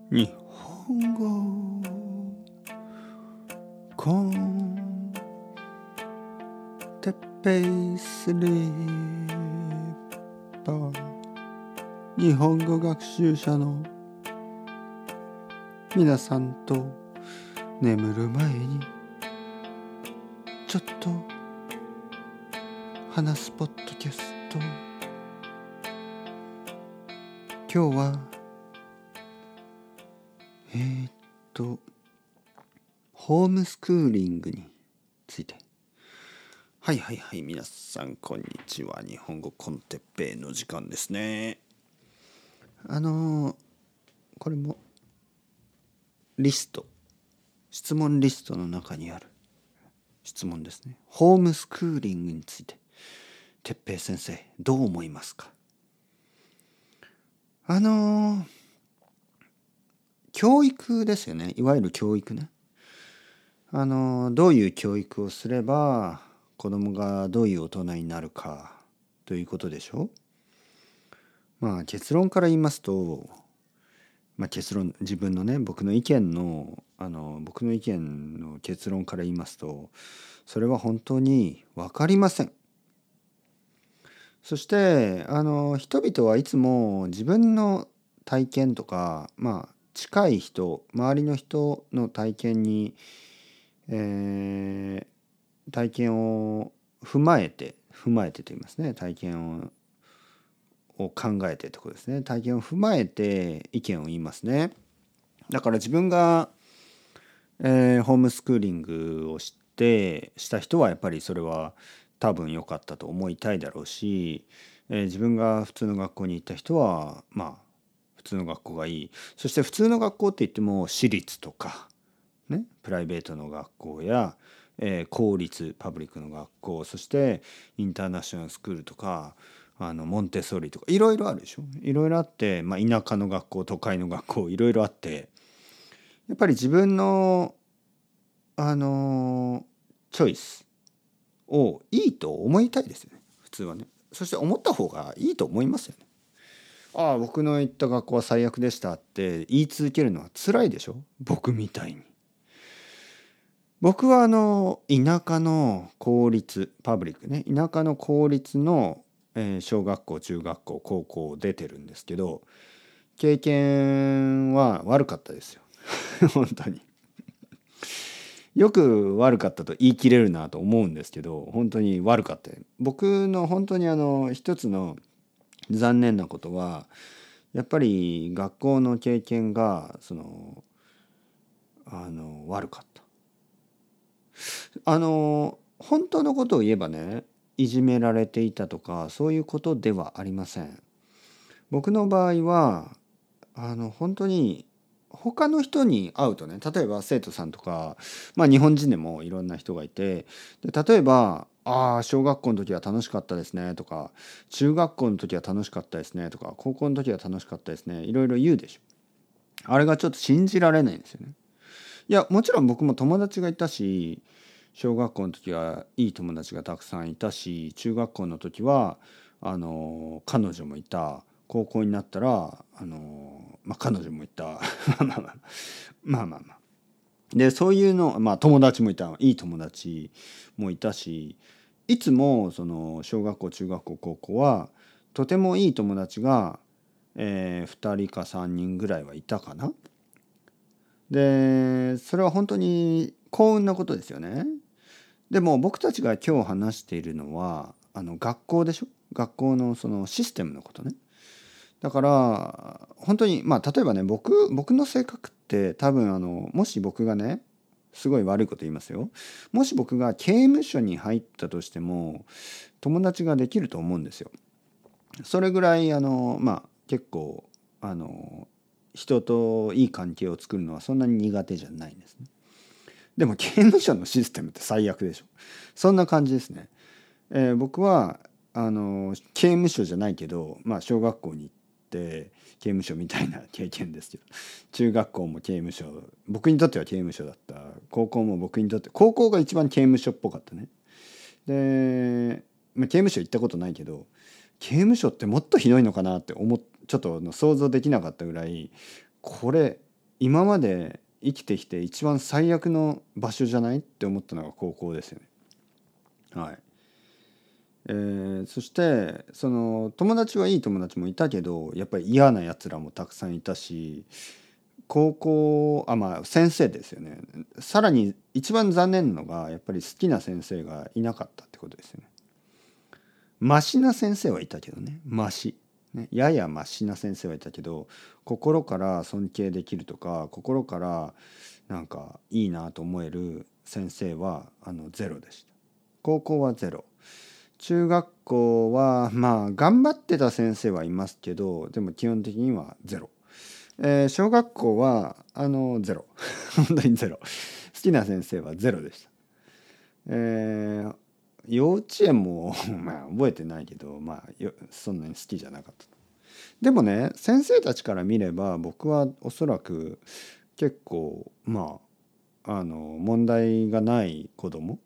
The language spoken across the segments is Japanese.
日本語コンテッペイスリーパー、日本語学習者の皆さんと眠る前にちょっと話すポッドキャスト。今日はホームスクーリングについて。はい皆さんこんにちは。日本語コンテッペイの時間ですね。これも質問リストの中にある質問ですね。ホームスクーリングについて、てっぺい先生どう思いますか？教育ですよね。いわゆる教育ね。どういう教育をすれば子供がどういう大人になるかということでしょ。結論から言いますと、自分のね、僕の意見の結論から言いますと、それは本当に分かりません。そして人々はいつも自分の体験とか、近い人、周りの人の体験に、体験を踏まえてと言いますね。体験を考えてということですね。体験を踏まえて意見を言いますね。だから自分が、ホームスクーリングをした人はやっぱりそれは多分良かったと思いたいだろうし、自分が普通の学校に行った人は普通の学校がいい。そして普通の学校って言っても私立とかね、プライベートの学校や、公立パブリックの学校、そしてインターナショナルスクールとかモンテッソーリとかいろいろあるでしょ。いろいろあって、田舎の学校、都会の学校いろいろあって、やっぱり自分のチョイスをいいと思いたいですよね、普通はね。そして思った方がいいと思いますよね。僕の行った学校は最悪でしたって言い続けるのは辛いでしょ、僕みたいに。僕は田舎の公立パブリックね、田舎の公立の、小学校、中学校、高校出てるんですけど、経験は悪かったですよ本当に。よく悪かったと言い切れるなと思うんですけど、本当に悪かった。僕の本当に一つの残念なことは、やっぱり学校の経験が悪かった。本当のことを言えばね、いじめられていたとかそういうことではありません。僕の場合は本当に他の人に会うとね、例えば生徒さんとか、日本人でもいろんな人がいて、で例えば小学校の時は楽しかったですねとか、中学校の時は楽しかったですねとか、高校の時は楽しかったですね、いろいろ言うでしょ。あれがちょっと信じられないんですよね。いや、もちろん僕も友達がいたし、小学校の時はいい友達がたくさんいたし、中学校の時は彼女もいた。高校になったら彼女もいたで、そういうの、友達もいた。いい友達もいたし、いつもその小学校、中学校、高校はとてもいい友達が、2人か3人ぐらいはいたかな。で、それは本当に幸運なことですよね。でも僕たちが今日話しているのは学校でしょ。学校のそのシステムのことね。だから本当に例えばね、僕の性格って多分もし僕がね、すごい悪いこと言いますよ。もし僕が刑務所に入ったとしても友達ができると思うんですよ。それぐらい結構人といい関係を作るのはそんなに苦手じゃないんですね。でも刑務所のシステムって最悪でしょ。そんな感じですね。僕は刑務所じゃないけど、小学校に行って刑務所みたいな経験ですけど、中学校も刑務所、僕にとっては刑務所だった。高校も僕にとって、高校が一番刑務所っぽかったね。で、刑務所行ったことないけど、刑務所ってもっとひどいのかなってちょっと想像できなかったぐらい、これ今まで生きてきて一番最悪の場所じゃないって思ったのが高校ですよね。はい。そしてその友達はいい友達もいたけど、やっぱり嫌なやつらもたくさんいたし、高校まあ先生ですよね。さらに一番残念なのがやっぱり好きな先生がいなかったってことですよね。マシな先生はいたけどね、マシ、ね、ややマシな先生はいたけど、心から尊敬できるとか心からなんかいいなと思える先生はゼロでした。高校はゼロ。中学校はまあ頑張ってた先生はいますけど、でも基本的にはゼロ。小学校はゼロ本当にゼロ。好きな先生はゼロでした。ー幼稚園もまあ覚えてないけど、まあそんなに好きじゃなかった。でもね、先生たちから見れば僕はおそらく結構まあ問題がない子供、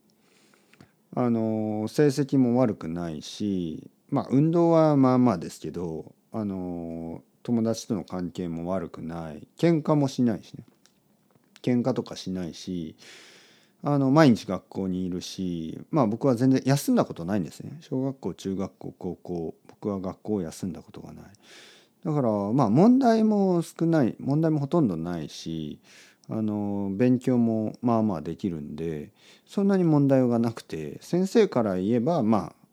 成績も悪くないし、まあ運動はまあまあですけど、友達との関係も悪くない、喧嘩もしないしね、喧嘩とかしないし、毎日学校にいるし、まあ僕は全然休んだことないんですね。小学校中学校高校、僕は学校を休んだことがない。だからまあ問題も少ない、問題もほとんどないし、勉強もまあまあできるんで、そんなに問題がなくて、先生から言えば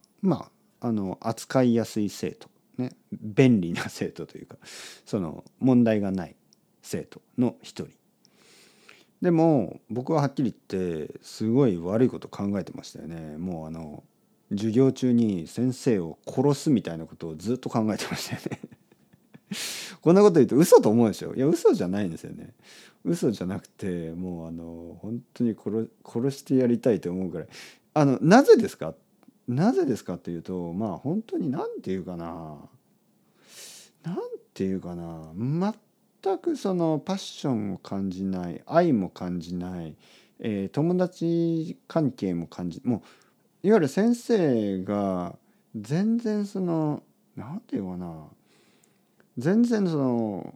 扱いやすい生徒ね、便利な生徒というか、その問題がない生徒の一人。でも僕ははっきり言ってすごい悪いこと考えてましたよね。もう授業中に先生を殺すみたいなことをずっと考えてましたよね。こんなこと言うと嘘と思うでしょ。いや嘘じゃないんですよね。嘘じゃなくて、もう本当に殺してやりたいと思うくらい。なぜですか、なぜですかっていうと、まあ本当に何て言うかな、なんていうかな、全くそのパッションを感じない、愛も感じない、友達関係も感じ、もういわゆる先生が全然その、なんていうかな、全然その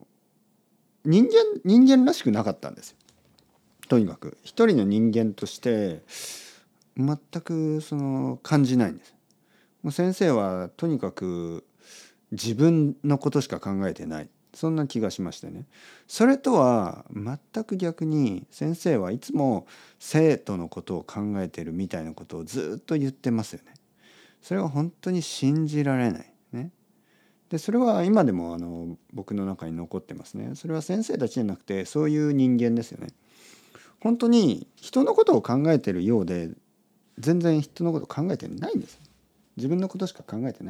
人間らしくなかったんですよ。とにかく一人の人間として全くその感じないんです。もう先生はとにかく自分のことしか考えてない、そんな気がしましたね。それとは全く逆に、先生はいつも生徒のことを考えてるみたいなことをずっと言ってますよね。それは本当に信じられないね。でそれは今でも僕の中に残ってますね。それは先生たちじゃなくてそういう人間ですよね。本当に人のことを考えてるようで全然人のことを考えてないんです。自分のことしか考えてない。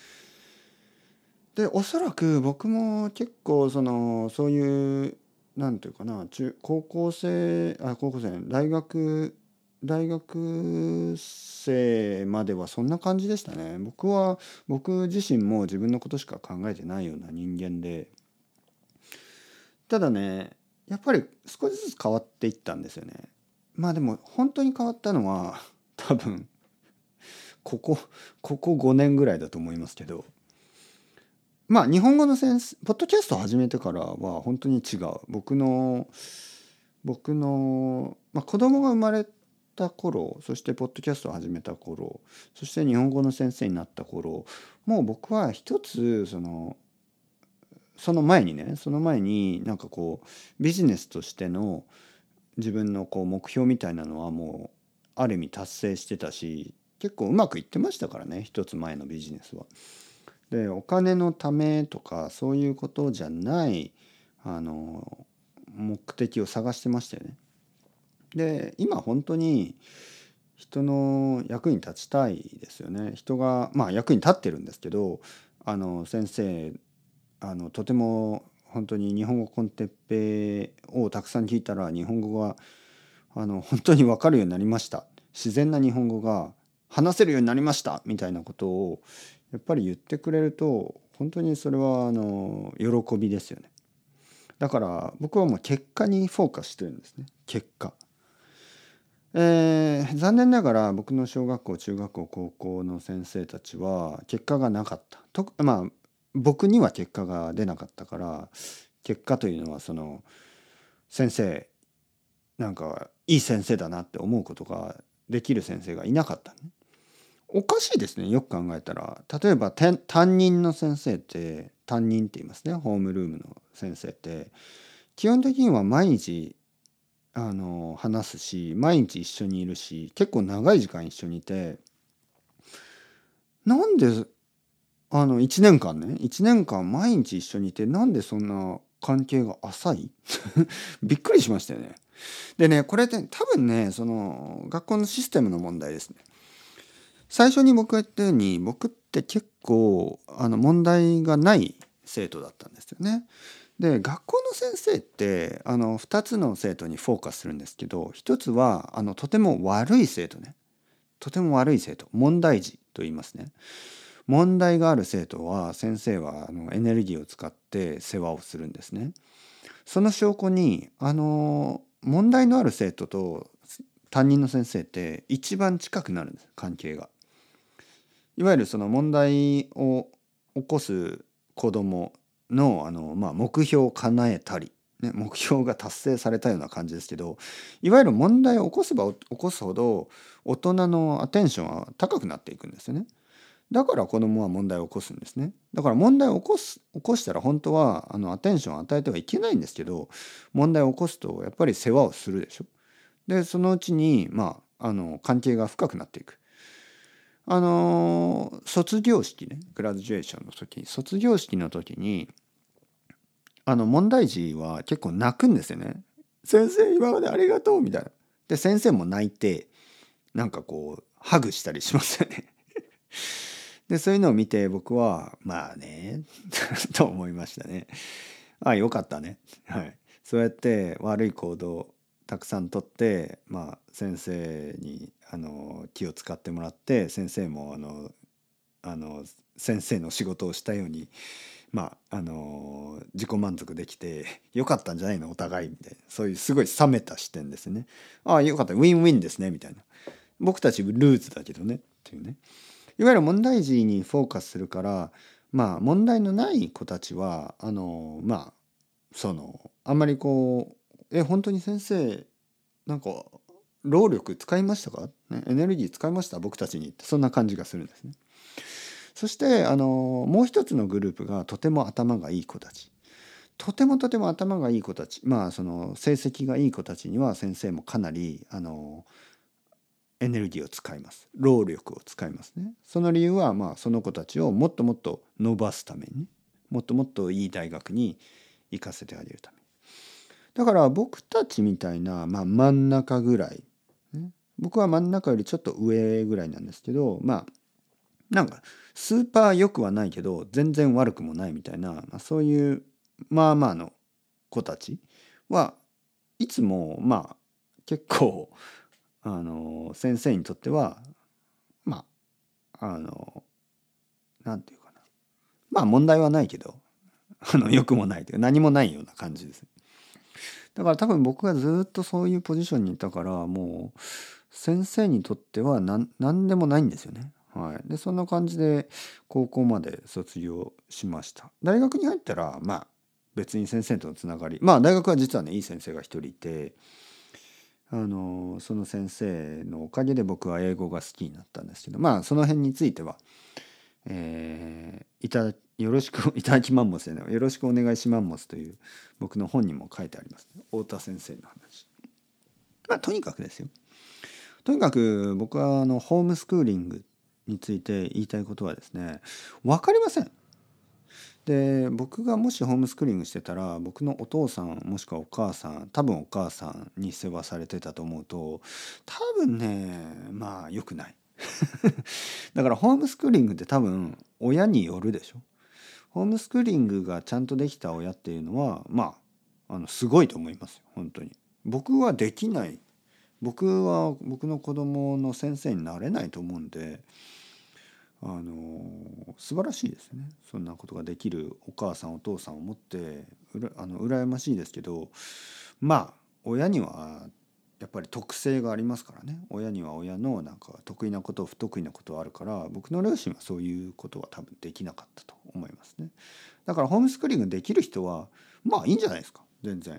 でおそらく僕も結構そういうなんていうかな、高校生大学生まではそんな感じでしたね。僕自身も自分のことしか考えてないような人間で、ただね、やっぱり少しずつ変わっていったんですよね。まあでも本当に変わったのは多分ここここ5年ぐらいだと思いますけど、まあ日本語のポッドキャストを始めてからは本当に違う。僕の、まあ、子供が生まれた頃、そしてポッドキャストを始めた頃、そして日本語の先生になった頃、もう僕は一つその前になんかこうビジネスとしての自分のこう目標みたいなのはもうある意味達成してたし、結構うまくいってましたからね、一つ前のビジネスは。でお金のためとかそういうことじゃない目的を探してましたよね。で今本当に人の役に立ちたいですよね。人がまあ役に立ってるんですけど、先生とても本当に日本語コンテッペをたくさん聞いたら日本語が本当に分かるようになりました、自然な日本語が話せるようになりましたみたいなことをやっぱり言ってくれると本当にそれは喜びですよね。だから僕はもう結果にフォーカスしてるんですね。結果、残念ながら僕の小学校中学校高校の先生たちは結果がなかったまあ僕には結果が出なかったから、結果というのはその先生なんかいい先生だなって思うことができる先生がいなかったね。おかしいですね、よく考えたら。例えば担任の先生って、担任って言いますね、ホームルームの先生って基本的には毎日話すし、毎日一緒にいるし、結構長い時間一緒にいて、なんで1年間ね、1年間毎日一緒にいて、なんでそんな関係が浅いびっくりしましたよね。でね、これって多分ね、その学校のシステムの問題ですね。最初に僕が言ったように、僕って結構問題がない生徒だったんですよね。で、学校の先生って2つの生徒にフォーカスするんですけど、1つはとても悪い生徒ね。とても悪い生徒、問題児と言いますね。問題がある生徒は先生はエネルギーを使って世話をするんですね。その証拠に問題のある生徒と担任の先生って一番近くなるんです、関係が。いわゆるその問題を起こす子どもの目標を叶えたり、ね、目標が達成されたような感じですけど、いわゆる問題を起こせば起こすほど大人のアテンションは高くなっていくんですよね。だから子供は問題を起こすんですね。だから問題を起こしたら本当はアテンションを与えてはいけないんですけど、問題を起こすとやっぱり世話をするでしょ。でそのうちに関係が深くなっていく。卒業式ね、グラデュエーションの時に、卒業式の時に問題児は結構泣くんですよね。先生今までありがとうみたいな。で先生も泣いてなんかこうハグしたりしますよね。でそういうのを見て僕はまあねと思いましたね。ああよかったね。はい。そうやって悪い行動たくさんとって、先生に気を使ってもらって、先生も先生の仕事をしたように自己満足できてよかったんじゃないのお互いみたいな、そういうすごい冷めた視点ですね。ああよかった、ウィンウィンですねみたいな。僕たちルーズだけどねっていうね。いわゆる問題児にフォーカスするから、問題のない子たちはあんまりこう本当に先生なんか労力使いましたか、ね、エネルギー使いました僕たちにって、そんな感じがするんですね。そしてもう一つのグループがとても頭がいい子たち、とてもとても頭がいい子たち、その成績がいい子たちには先生もかなりエネルギーを使います。労力を使いますね。その理由はその子たちをもっともっと伸ばすためにね、もっともっといい大学に行かせてあげるために。だから僕たちみたいな、真ん中ぐらい、ね、僕は真ん中よりちょっと上ぐらいなんですけど、なんかスーパー良くはないけど全然悪くもないみたいな、そういうの子たちはいつも結構先生にとってはまあなんていうかな、問題はないけど良くもないというか何もないような感じです。だから多分僕がずっとそういうポジションにいたから、もう先生にとっては何でもないんですよね。はい。でそんな感じで高校まで卒業しました。大学に入ったら別に先生とのつながり、大学は実はねいい先生が一人いて、その先生のおかげで僕は英語が好きになったんですけど、その辺については、よろしくいただきマンモスでね、よろしくお願いしマンモスという僕の本にも書いてあります、ね、太田先生の話。とにかくですよ。とにかく僕はホームスクーリングについて言いたいことはですね、分かりません。で僕がもしホームスクーリングしてたら、僕のお父さんもしくはお母さん、多分お母さんに世話されてたと思うと、多分ね良くないだからホームスクーリングって多分親によるでしょ。ホームスクーリングがちゃんとできた親っていうのはすごいと思いますよ本当に。僕はできない。僕は僕の子供の先生になれないと思うんで、素晴らしいですね。そんなことができるお母さんお父さんを持って羨ましいですけど、親にはやっぱり特性がありますからね。親には親のなんか得意なこと不得意なことあるから、僕の両親はそういうことは多分できなかったと思いますね。だからホームスクーリングできる人はいいんじゃないですか全然。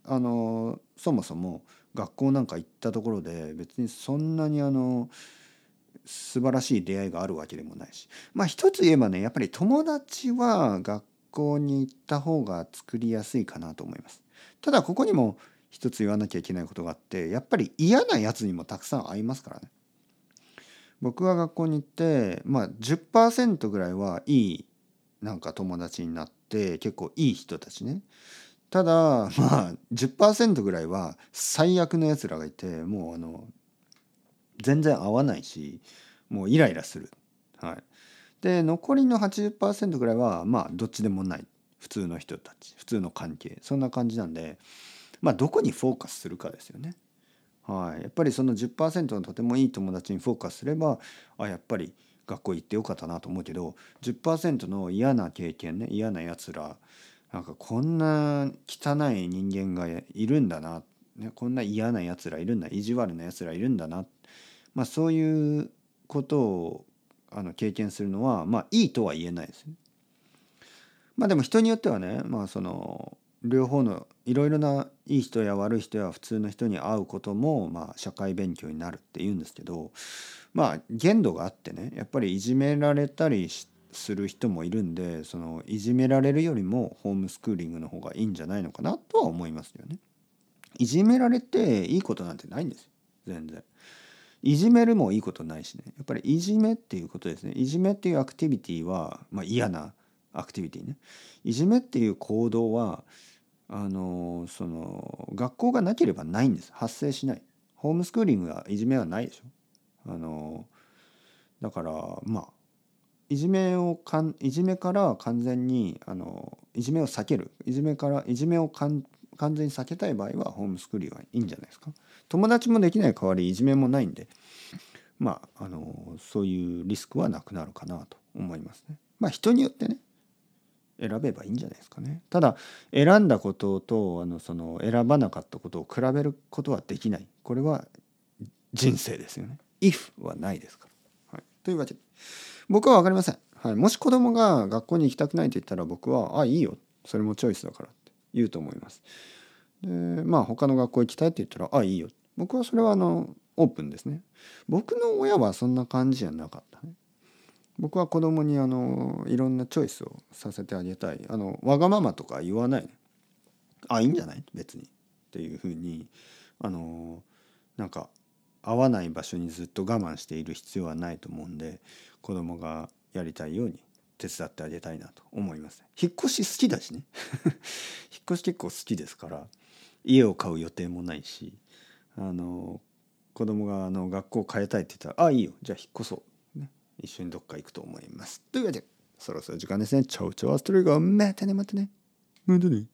そもそも学校なんか行ったところで別にそんなに素晴らしい出会いがあるわけでもないし、まあ一つ言えばね、やっぱり友達は学校に行った方が作りやすいかなと思います。ただここにも一つ言わなきゃいけないことがあって、やっぱり嫌なやつにもたくさん会いますからね。僕は学校に行ってまあ10%ぐらいはいいなんか友達になって結構いい人たちね。ただまあ10%ぐらいは最悪のやつらがいて、もう全然合わないし、もうイライラする。はい。で残りの80%ぐらいはまあどっちでもない普通の人たち、普通の関係、そんな感じなんで、まあどこにフォーカスするかですよね。はい。やっぱりその10%のとてもいい友達にフォーカスすれば、やっぱり学校行ってよかったなと思うけど、10%の嫌な経験ね、嫌なやつら、なんかこんな汚い人間がいるんだな、ね、こんな嫌なやつらいるんだ、意地悪なやつらいるんだな、まあそういうことを経験するのはまあいいとは言えないですね。まあでも人によってはね、まあその両方のいろいろないい人や悪い人や普通の人に会うこともまあ社会勉強になるって言うんですけど、まあ限度があってね、やっぱりいじめられたりする人もいるんで、そのいじめられるよりもホームスクーリングの方がいいんじゃないのかなとは思いますよね。いじめられていいことなんてないんですよ、全然。いじめるもいいことないしね。やっぱりいじめっていうことですね。いじめっていうアクティビティは、まあ、嫌なアクティビティね。いじめっていう行動はその学校がなければないんです。発生しない。ホームスクーリングはいじめはないでしょ。だからまあいじめから完全にいじめを避ける、いじめを完全に避けたい場合はホームスクーリングはいいんじゃないですか。友達もできない代わりいじめもないんで、まあそういうリスクはなくなるかなと思いますね。まあ人によってね選べばいいんじゃないですかね。ただ選んだこととその選ばなかったことを比べることはできない。これは人生ですよね。if はないですから。はい、というわけで僕は分かりません。はい、もし子供が学校に行きたくないと言ったら僕はいいよ、それもチョイスだからって言うと思います。でまあ他の学校行きたいって言ったらいいよ、僕はそれはオープンですね。僕の親はそんな感じじゃなかったね。僕は子供にいろんなチョイスをさせてあげたい。わがままとか言わないね。いいんじゃない別にっていうふうになんか合わない場所にずっと我慢している必要はないと思うんで、子供がやりたいように手伝ってあげたいなと思います。引っ越し好きだしね引っ越し結構好きですから、家を買う予定もないし、子供が学校を変えたいって言ったらいいよ、じゃあ引っ越そう、ね、一緒にどっか行くと思います。というわけでそろそろ時間ですね。チャウチャウアストレイガー、またねまたねまたね。